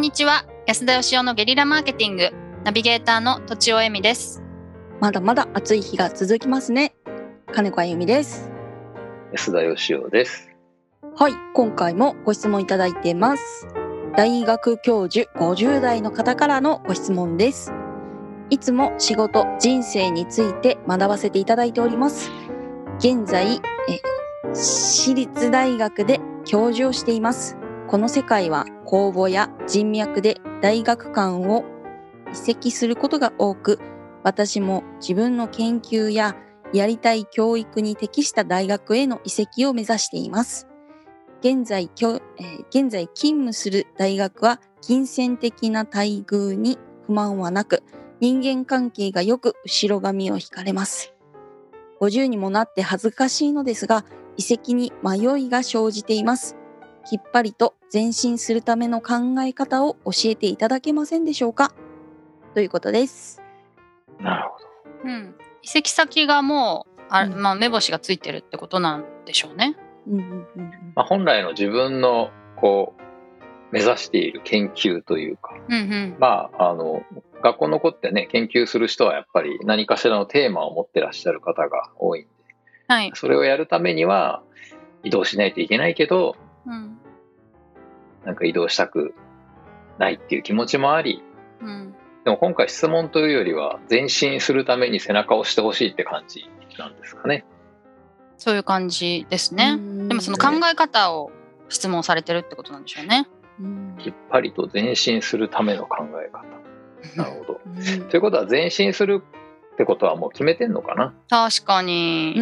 にちは。安田義雄のゲリラマーケティングナビゲーターのとちおえみです。 まだまだ暑い日が続きますね。金子あゆみです。 安田義雄です。 はい、今回もご質問いただいています。大学教授50代の方からのご質問です。いつも仕事、人生について学ばせていただいております。現在私立大学で教授をしています。この世界は公募や人脈で大学間を移籍することが多く、私も自分の研究ややりたい教育に適した大学への移籍を目指しています。現在勤務する大学は金銭的な待遇に不満はなく、人間関係がよく後ろ髪を引かれます。50にもなって恥ずかしいのですが、移籍に迷いが生じています。きっぱりと前進するための考え方を教えていただけませんでしょうか、ということです。 なるほど。 移籍先がもう目星がついてるってことなんでしょうね。 本来の自分の目指している研究というか、学校残ってね研究する人はやっぱり何かしらのテーマを持ってらっしゃる方が多いんで、 はい、 それをやるためには移動しないといけないけど、なんか移動したくないっていう気持ちもあり、でも今回質問というよりは前進するために背中を押してほしいって感じなんですかね。 そういう感じですね。でもその考え方を質問されてるってことなんでしょうね。 きっぱりと前進するための考え方。なるほど。ということは前進するってことはもう決めてんのかな。 確かに。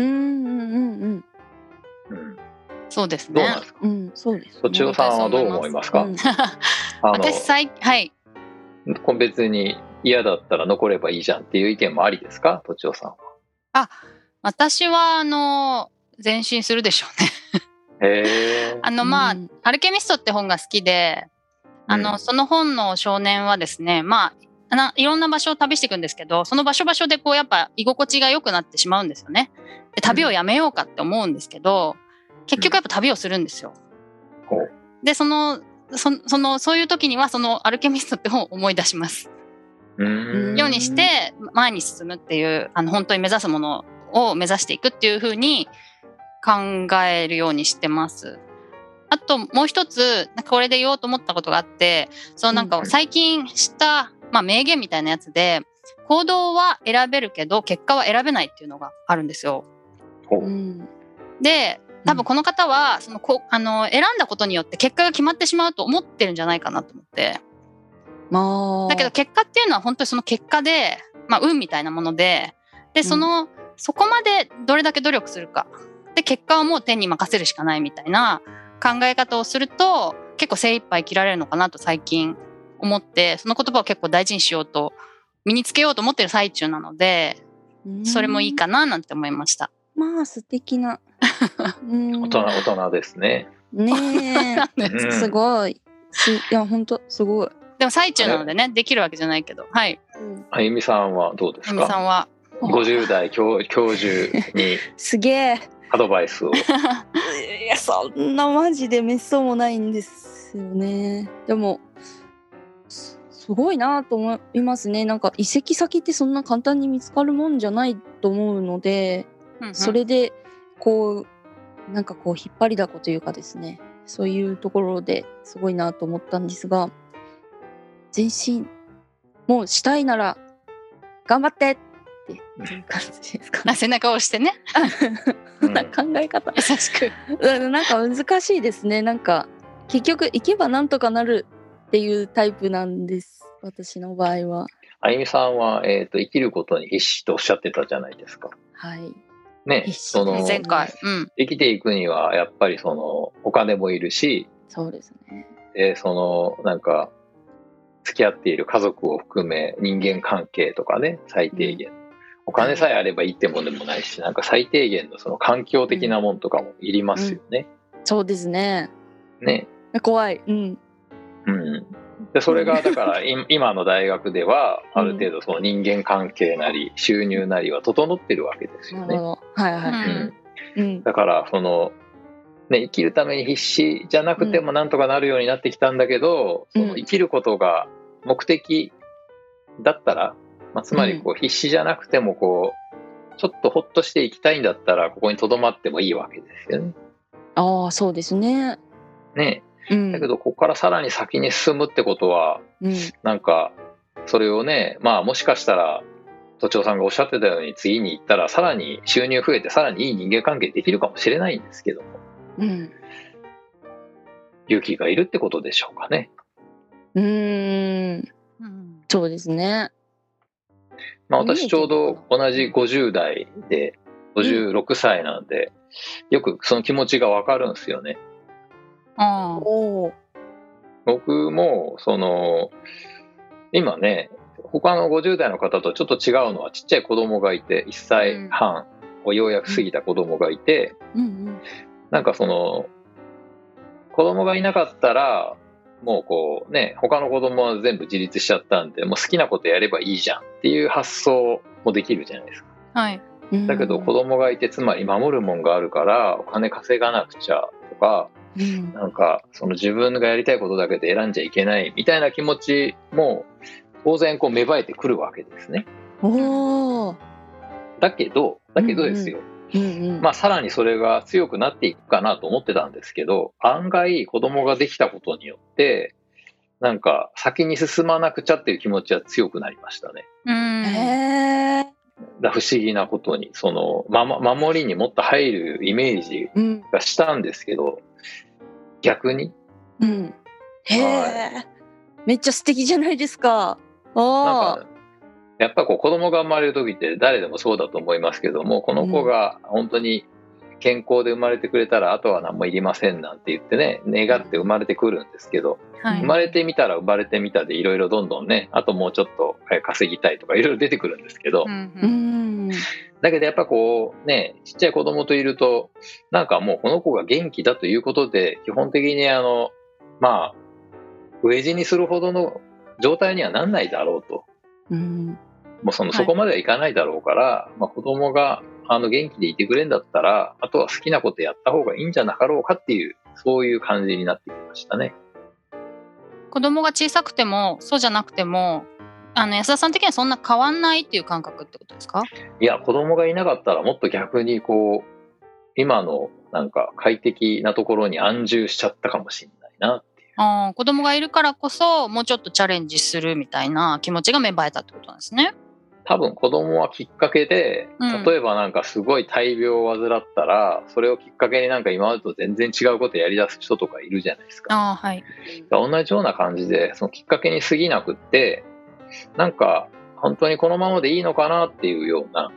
そうですね。 どうなんですか。 そうですね。 とちおさんはどう思いますか。 私はい。 別に嫌だったら残ればいいじゃんっていう意見もありですか、とちおさんは。 私は前進するでしょうね。アルケミストって本が好きで、その本の少年はですね、いろんな場所を旅していくんですけど、その場所場所でやっぱ居心地が良くなってしまうんですよね。で、旅をやめようかって思うんですけど、結局やっぱ旅をするんですよ。で、そういう時にはそのアルケミストって本を思い出します。ようにして前に進むっていう、本当に目指すものを目指していくっていう風に考えるようにしてます。あともう一つこれで言おうと思ったことがあって、最近知った名言みたいなやつで、行動は選べるけど結果は選べないっていうのがあるんですよ。で、多分この方は選んだことによって結果が決まってしまうと思ってるんじゃないかなと思って。だけど結果っていうのは本当にその結果で、運みたいなもので、そこまでどれだけ努力するかで、結果はもう天に任せるしかないみたいな考え方をすると結構精一杯生きられるのかなと最近思って、その言葉を結構大事にしようと身につけようと思ってる最中なので、それもいいかななんて思いました。 素敵な大人ですね。 ねえすごい。いや本当すごい。 でも最中なのでね、できるわけじゃないけど。はい。 あゆみさんはどうですか。 あゆみさんは 50代教授にすげえアドバイスを。 いやそんなマジでめっそうもないんですよね。でもすごいなと思いますね。なんか移籍先ってそんな簡単に見つかるもんじゃないと思うので、それで引っ張りだこというかですね、そういうところですごいなと思ったんですが、前進もうしたいなら頑張ってっていう感じですかね。 背中を押してね考え方優しくなんか難しいですね。なんか結局行けばなんとかなるっていうタイプなんです、私の場合は。 あゆみさんは、生きることに必死とおっしゃってたじゃないですか。 はいね、 前回、 生きていくにはやっぱりお金もいるし、 そうですね。 で付き合っている家族を含め人間関係とかね、最低限、お金さえあればいいってもんでもないし、最低限のその環境的なもんとかもいりますよね。 そうですね。 ね、 怖い。 でそれがだから今の大学ではある程度その人間関係なり収入なりは整ってるわけですよね。 だからね、生きるために必死じゃなくてもなんとかなるようになってきたんだけど、その生きることが目的だったら、つまりこう必死じゃなくてもこうちょっとほっとしていきたいんだったらここに留まってもいいわけですよね。 ああ、そうですね。 ね、だけどここからさらに先に進むってことは、なんかそれをね、もしかしたら都庁さんがおっしゃってたように次に行ったらさらに収入増えてさらにいい人間関係できるかもしれないんですけども、勇気がいるってことでしょうかね。 そうですね。 私ちょうど同じ50代で56歳なんで、よくその気持ちがわかるんですよね。僕もその今ね、他の50代の方とちょっと違うのは、ちっちゃい子供がいて、1歳半をようやく過ぎた子供がいて、なんかその子供がいなかったらもうこうね、他の子供は全部自立しちゃったんで、もう好きなことやればいいじゃんっていう発想もできるじゃないですか。 はい。 だけど子供がいて、つまり守るもんがあるからお金稼がなくちゃとか、なんかその自分がやりたいことだけで選んじゃいけないみたいな気持ちも当然こう芽生えてくるわけですね。だけどですよ、さらにそれが強くなっていくかなと思ってたんですけど、案外子供ができたことによってなんか先に進まなくちゃっていう気持ちは強くなりましたね。不思議なことにその、守りにもっと入るイメージがしたんですけど、逆に、 めっちゃ素敵じゃないですか。 なんかやっぱこう子供が生まれる時って誰でもそうだと思いますけども、この子が本当に健康で生まれてくれたらあとは何もいりませんなんて言ってね、願って生まれてくるんですけど、生まれてみたら生まれてみたでいろいろどんどんね、あともうちょっと稼ぎたいとかいろいろ出てくるんですけど、だけどやっぱこうね、ちっちゃい子供といるとなんかもうこの子が元気だということで基本的に飢え死にするほどの状態にはなんないだろうと、もうそこまではいかないだろうから、子供が元気でいてくれんだったらあとは好きなことやった方がいいんじゃなかろうかっていう、そういう感じになってきましたね。 子供が小さくてもそうじゃなくても安田さん的にはそんな変わんないっていう感覚ってことですか？ いや、子供がいなかったらもっと逆にこう今のなんか快適なところに安住しちゃったかもしれないなっていう。 子供がいるからこそもうちょっとチャレンジするみたいな気持ちが芽生えたってことなんですね。 多分子供はきっかけで、例えばなんかすごい大病を患ったら、それをきっかけになんか今までと全然違うことやりだす人とかいるじゃないですか。同じような感じでそのきっかけに過ぎなくって、なんか本当にこのままでいいのかなっていうような、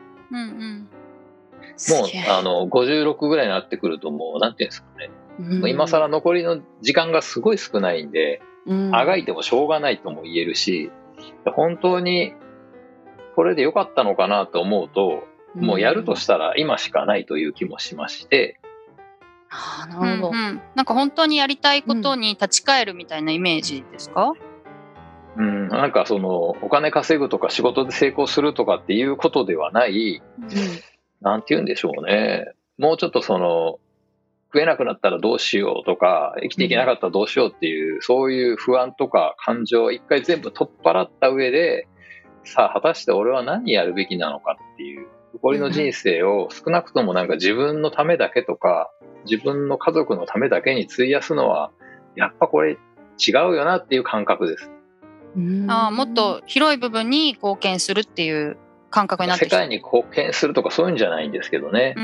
もう56ぐらいになってくるともうなんていうんですかね、もう今更残りの時間がすごい少ないんで、あがいてもしょうがないとも言えるし、本当にこれで良かったのかなと思うと、もうやるとしたら今しかないという気もしまして。 なるほど。 なんか本当にやりたいことに立ち返るみたいなイメージですか？ なんかそのお金稼ぐとか仕事で成功するとかっていうことではない、なんて言うんでしょうね、もうちょっとその食えなくなったらどうしようとか生きていけなかったらどうしようっていう、そういう不安とか感情を一回全部取っ払った上で、さあ果たして俺は何やるべきなのかっていう、残りの人生を少なくともなんか自分のためだけとか自分の家族のためだけに費やすのはやっぱこれ違うよなっていう感覚です。 もっと広い部分に貢献するっていう感覚になってきた。 世界に貢献するとかそういうんじゃないんですけどね。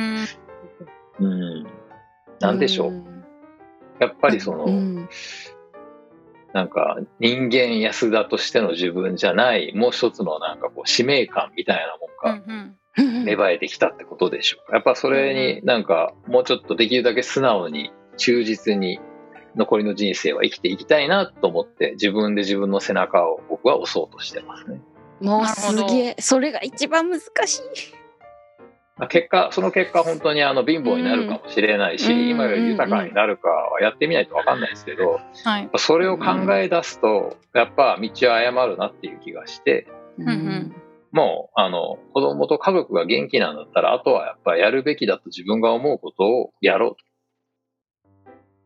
なんでしょう、やっぱりその、なんか人間安田としての自分じゃないもう一つのなんかこう使命感みたいなもんが芽生えてきたってことでしょうか。やっぱそれになんかもうちょっとできるだけ素直に忠実に残りの人生は生きていきたいなと思って、自分で自分の背中を僕は押そうとしてますね。 もうすげえ、それが一番難しい。 その結果本当に貧乏になるかもしれないし、今より豊かになるかはやってみないと分かんないですけど、それを考え出すとやっぱ道を誤るなっていう気がして、もう子供と家族が元気なんだったらあとはやっぱやるべきだと自分が思うことをやろうと。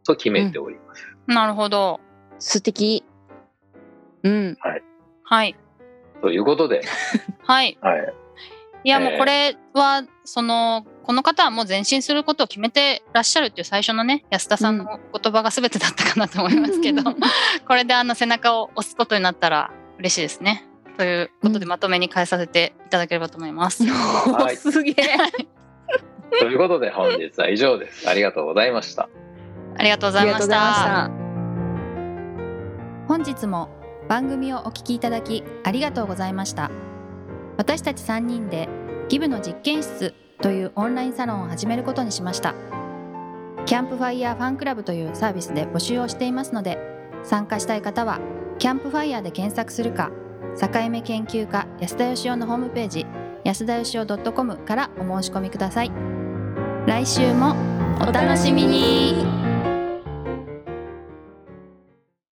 と決めております。 なるほど。 素敵。 はい。 はい。 ということで。 はい。いやもうこれはこの方はもう前進することを決めてらっしゃるっていう最初のね安田さんの言葉が全てだったかなと思いますけど、これで背中を押すことになったら嬉しいですね。ということでまとめに変えさせていただければと思います。 はい、すげえ。 ということで本日は以上です。ありがとうございました。 ありがとうございました。 本日も番組をお聞きいただきありがとうございました。私たち3人でギブの実験室というオンラインサロンを始めることにしました。キャンプファイヤーファンクラブというサービスで募集をしていますので、参加したい方はキャンプファイヤーで検索するか、境目研究家安田義雄のホームページ安田義雄 .com からお申し込みください。来週もお楽しみに。